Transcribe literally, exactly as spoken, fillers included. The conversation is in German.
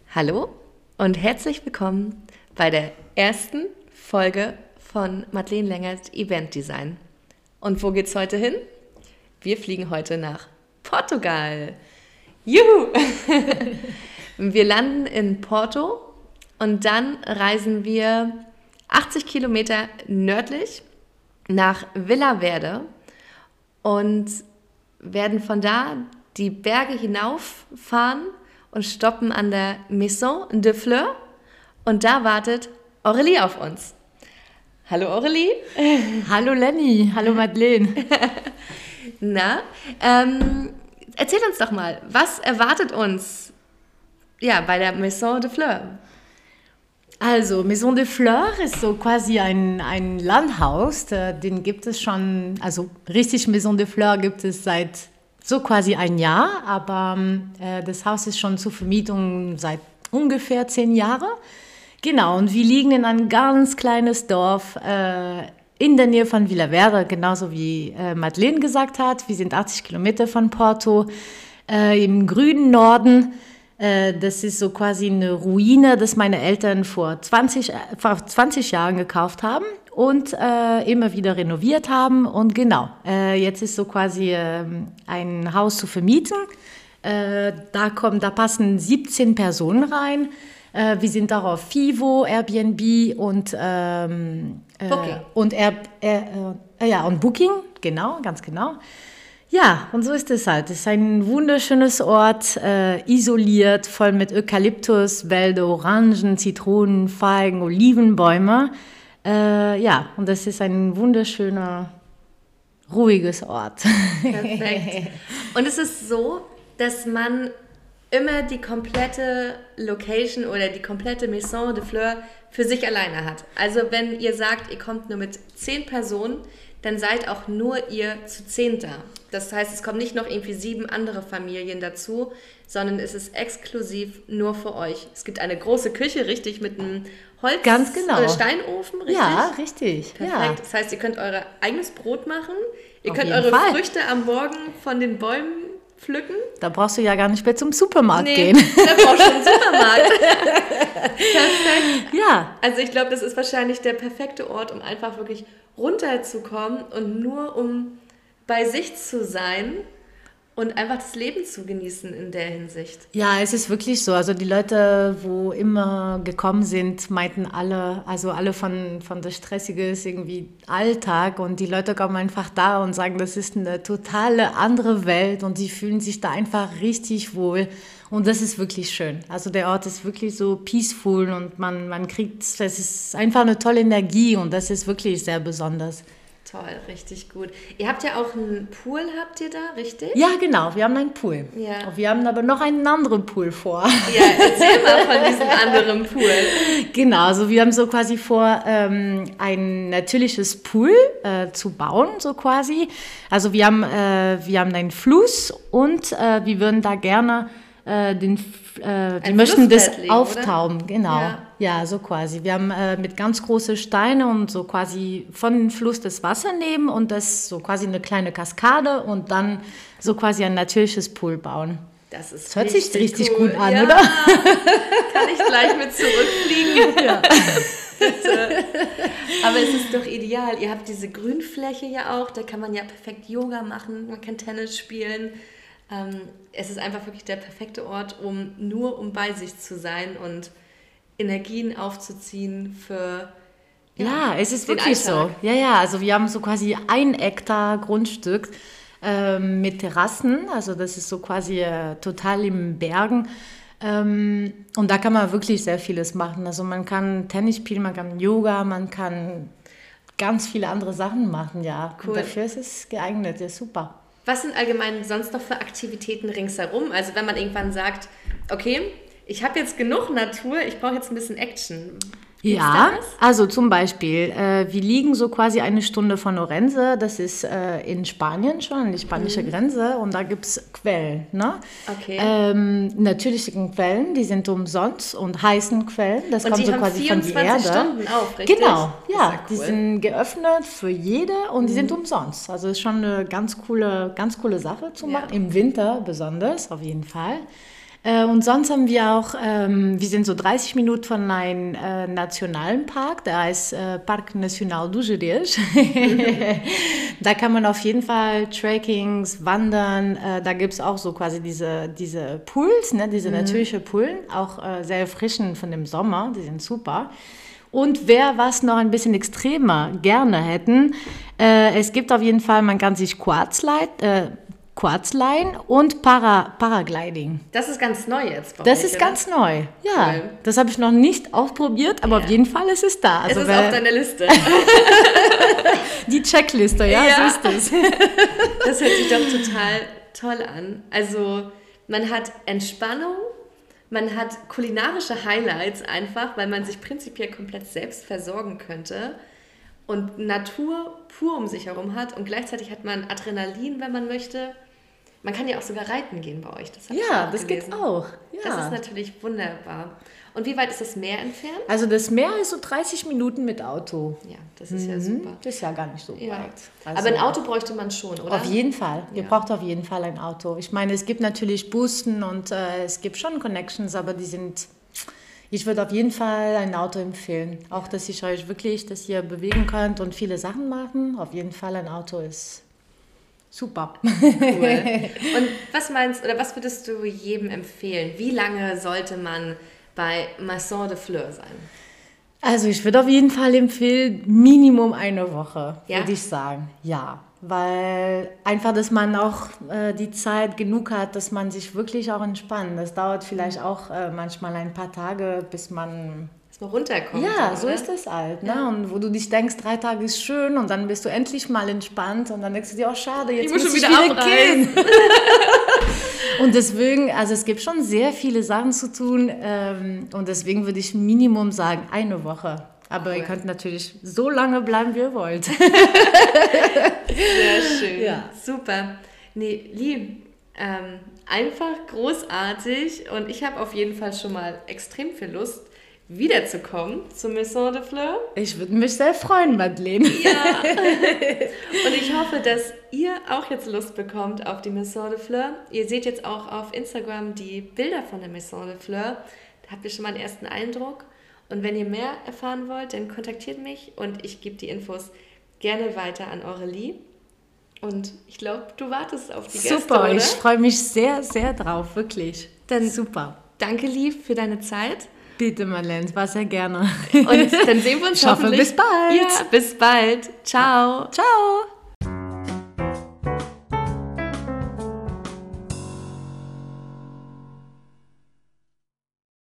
Hallo und herzlich willkommen bei der ersten Folge von Madeleine Lengert Event Design. Und wo geht's heute hin? Wir fliegen heute nach Portugal. Juhu! Wir landen in Porto und dann reisen wir achtzig Kilometer nördlich nach Vila Verde und werden von da die Berge hinauffahren und stoppen an der Maison de Fleurs und da wartet Aurélie auf uns. Hallo Aurélie. Hallo Lenny, hallo Madeleine. Na, ähm, erzähl uns doch mal, was erwartet uns ja, bei der Maison de Fleurs? Also, Maison de Fleurs ist so quasi ein, ein Landhaus, den gibt es schon, also richtig Maison de Fleurs gibt es seit so quasi ein Jahr, aber äh, das Haus ist schon zur Vermietung seit ungefähr zehn Jahren. Genau, und wir liegen in ein ganz kleines Dorf äh, in der Nähe von Vila Verde, genauso wie äh, Madeleine gesagt hat. Wir sind achtzig Kilometer von Porto, äh, im grünen Norden. Äh, das ist so quasi eine Ruine, das meine Eltern vor zwanzig, vor zwanzig Jahren gekauft haben und äh, immer wieder renoviert haben. Und genau, äh, jetzt ist so quasi äh, ein Haus zu vermieten. Äh, da, kommen, da passen siebzehn Personen rein. Äh, wir sind auch auf Fivo, Airbnb und, ähm, äh, Booking. Und, Air, äh, äh, ja, und Booking, genau, ganz genau. Ja, und so ist es halt. Es ist ein wunderschönes Ort, äh, isoliert, voll mit Eukalyptus, Wälder, Orangen, Zitronen, Feigen, Olivenbäume. Äh, ja, und das ist ein wunderschöner, ruhiges Ort. Perfekt. Und es ist so, dass man immer die komplette Location oder die komplette Maison de Fleurs für sich alleine hat. Also wenn ihr sagt, ihr kommt nur mit zehn Personen, dann seid auch nur ihr zu zehn da. Das heißt, es kommen nicht noch irgendwie sieben andere Familien dazu, sondern es ist exklusiv nur für euch. Es gibt eine große Küche, richtig, mit einem Holz- Ganz genau. oder Steinofen, richtig? Ja, richtig. Perfekt. Ja. Das heißt, ihr könnt euer eigenes Brot machen, ihr Auf könnt jeden eure Fall. Früchte am Morgen von den Bäumen pflücken. Da brauchst du ja gar nicht mehr zum Supermarkt Nee, gehen. da brauchst du einen Supermarkt. Perfekt. Ja, Also ich glaube, das ist wahrscheinlich der perfekte Ort, um einfach wirklich runterzukommen und nur um bei sich zu sein und einfach das Leben zu genießen in der Hinsicht. ja, es ist wirklich so. Also die Leute, wo immer gekommen sind, meinten alle, also alle von, von der stressigen irgendwie Alltag und die Leute kommen einfach da und sagen, das ist eine totale andere Welt und sie fühlen sich da einfach richtig wohl und das ist wirklich schön. Also der Ort ist wirklich so peaceful und man, man kriegt, es ist einfach eine tolle Energie und das ist wirklich sehr besonders. Toll, richtig gut. Ihr habt ja auch einen Pool, habt ihr da, richtig? Ja, genau, wir haben einen Pool. Ja. Wir haben aber noch einen anderen Pool vor. Ja, erzähl mal von diesem anderen Pool. Genau, also wir haben so quasi vor, ähm, ein natürliches Pool äh, zu bauen, so quasi. Also wir haben, äh, wir haben einen Fluss und äh, wir würden da gerne äh, den, äh, wir Ein möchten das Flussbett legen, auftauen, genau. Ja. Ja, so quasi. Wir haben äh, mit ganz großen Steinen und so quasi von dem Fluss das Wasser nehmen und das so quasi eine kleine Kaskade und dann so quasi ein natürliches Pool bauen. Das ist Das hört sich richtig cool. gut an, Ja. oder? Kann ich gleich mit zurückfliegen? Ja. Bitte. Aber es ist doch ideal. Ihr habt diese Grünfläche ja auch, da kann man ja perfekt Yoga machen, man kann Tennis spielen. Ähm, es ist einfach wirklich der perfekte Ort, um nur um bei sich zu sein und Energien aufzuziehen für Ja, es ist den wirklich Alltag. so. Ja, ja, also wir haben so quasi ein Hektar Grundstück ähm, mit Terrassen, also das ist so quasi äh, total im Bergen. Ähm, und da kann man wirklich sehr vieles machen. Also man kann Tennis spielen, man kann Yoga, man kann ganz viele andere Sachen machen, ja. Cool. Und dafür ist es geeignet, ja super. Was sind allgemein sonst noch für Aktivitäten ringsherum? Also wenn man irgendwann sagt, okay, ich habe jetzt genug Natur, ich brauche jetzt ein bisschen Action. Gibt's Ja, da was? also zum Beispiel, äh, wir liegen so quasi eine Stunde von Orense, das ist äh, in Spanien schon, an die spanische Grenze und da gibt es Quellen. Ne? Okay. Ähm, natürliche Quellen, die sind umsonst und heißen Quellen, das Und kommt die so haben quasi von der vierundzwanzig Erde. Stunden auf, richtig? Genau, Das ja, ist ja die cool. sind geöffnet für jede und die sind umsonst. Also ist schon eine ganz coole, ganz coole Sache zu Ja. machen, im Winter besonders, auf jeden Fall. Äh, und sonst haben wir auch, ähm, wir sind so dreißig Minuten von einem äh, nationalen Park, der heißt äh, Parc National du Gerês. Da kann man auf jeden Fall Trekkings, wandern, äh, da gibt es auch so quasi diese, diese Pools, ne, diese mhm. natürlichen Poolen, auch äh, sehr erfrischend von dem Sommer, die sind super. Und wer was noch ein bisschen extremer gerne hätten, äh, es gibt auf jeden Fall, man kann sich Quadsleihen äh, Quadsleihen und Para, Paragliding. Das ist ganz neu jetzt bei Das euch, ist oder? ganz neu, ja. Cool. Das habe ich noch nicht ausprobiert, aber ja. auf jeden Fall ist es da. Also es ist auf deiner Liste. Die Checkliste, ja, ja. so ist es. Das hört sich doch total toll an. Also man hat Entspannung, man hat kulinarische Highlights einfach, weil man sich prinzipiell komplett selbst versorgen könnte und Natur pur um sich herum hat und gleichzeitig hat man Adrenalin, wenn man möchte. Man kann ja auch sogar reiten gehen bei euch. Das ja, das geht auch. Ja. Das ist natürlich wunderbar. Und wie weit ist das Meer entfernt? Also das Meer ist so dreißig Minuten mit Auto. Ja, das ist mhm. ja super. Das ist ja gar nicht so ja. weit. Also aber ein Auto bräuchte man schon, oder? Auf jeden Fall. Ihr ja. braucht auf jeden Fall ein Auto. Ich meine, es gibt natürlich Bussen und äh, es gibt schon Connections, aber die sind... Ich würde auf jeden Fall ein Auto empfehlen. Auch, dass ich euch wirklich, dass ihr bewegen könnt und viele Sachen machen. Auf jeden Fall ein Auto ist super. Cool. Und was meinst oder was würdest du jedem empfehlen? Wie lange sollte man bei Maison de Fleur sein? Also ich würde auf jeden Fall empfehlen, Minimum eine Woche, ja? würde ich sagen. Ja, weil einfach, dass man auch äh, die Zeit genug hat, dass man sich wirklich auch entspannt. Das dauert vielleicht auch äh, manchmal ein paar Tage, bis man... Dass man runterkommt. Ja, oder? so ist es halt. Ne? Ja. Und wo du dich denkst, drei Tage ist schön und dann bist du endlich mal entspannt und dann denkst du dir, oh schade, jetzt ich muss muss ich schon wieder, wieder gehen. Und deswegen, also es gibt schon sehr viele Sachen zu tun ähm, und deswegen würde ich Minimum sagen, eine Woche. Aber cool. Ihr könnt natürlich so lange bleiben, wie ihr wollt. Sehr schön. Ja. Super. Nee, lieb. Ähm, einfach großartig und ich habe auf jeden Fall schon mal extrem viel Lust, wiederzukommen zur Maison de Fleur. Ich würde mich sehr freuen, Madeleine. Ja. Und ich hoffe, dass ihr auch jetzt Lust bekommt auf die Maison de Fleur. Ihr seht jetzt auch auf Instagram die Bilder von der Maison de Fleur. Da habt ihr schon mal einen ersten Eindruck. Und wenn ihr mehr erfahren wollt, dann kontaktiert mich und ich gebe die Infos gerne weiter an Aurélie. Und ich glaube, du wartest auf die Gäste, super, oder? Ich freue mich sehr, sehr drauf, wirklich. Dann super. Danke, lieb, für deine Zeit. Bitte, Madeleine, war sehr gerne. Und dann sehen wir uns ich hoffe, hoffentlich. bis bald. Ja, bis bald. Ciao. Ciao.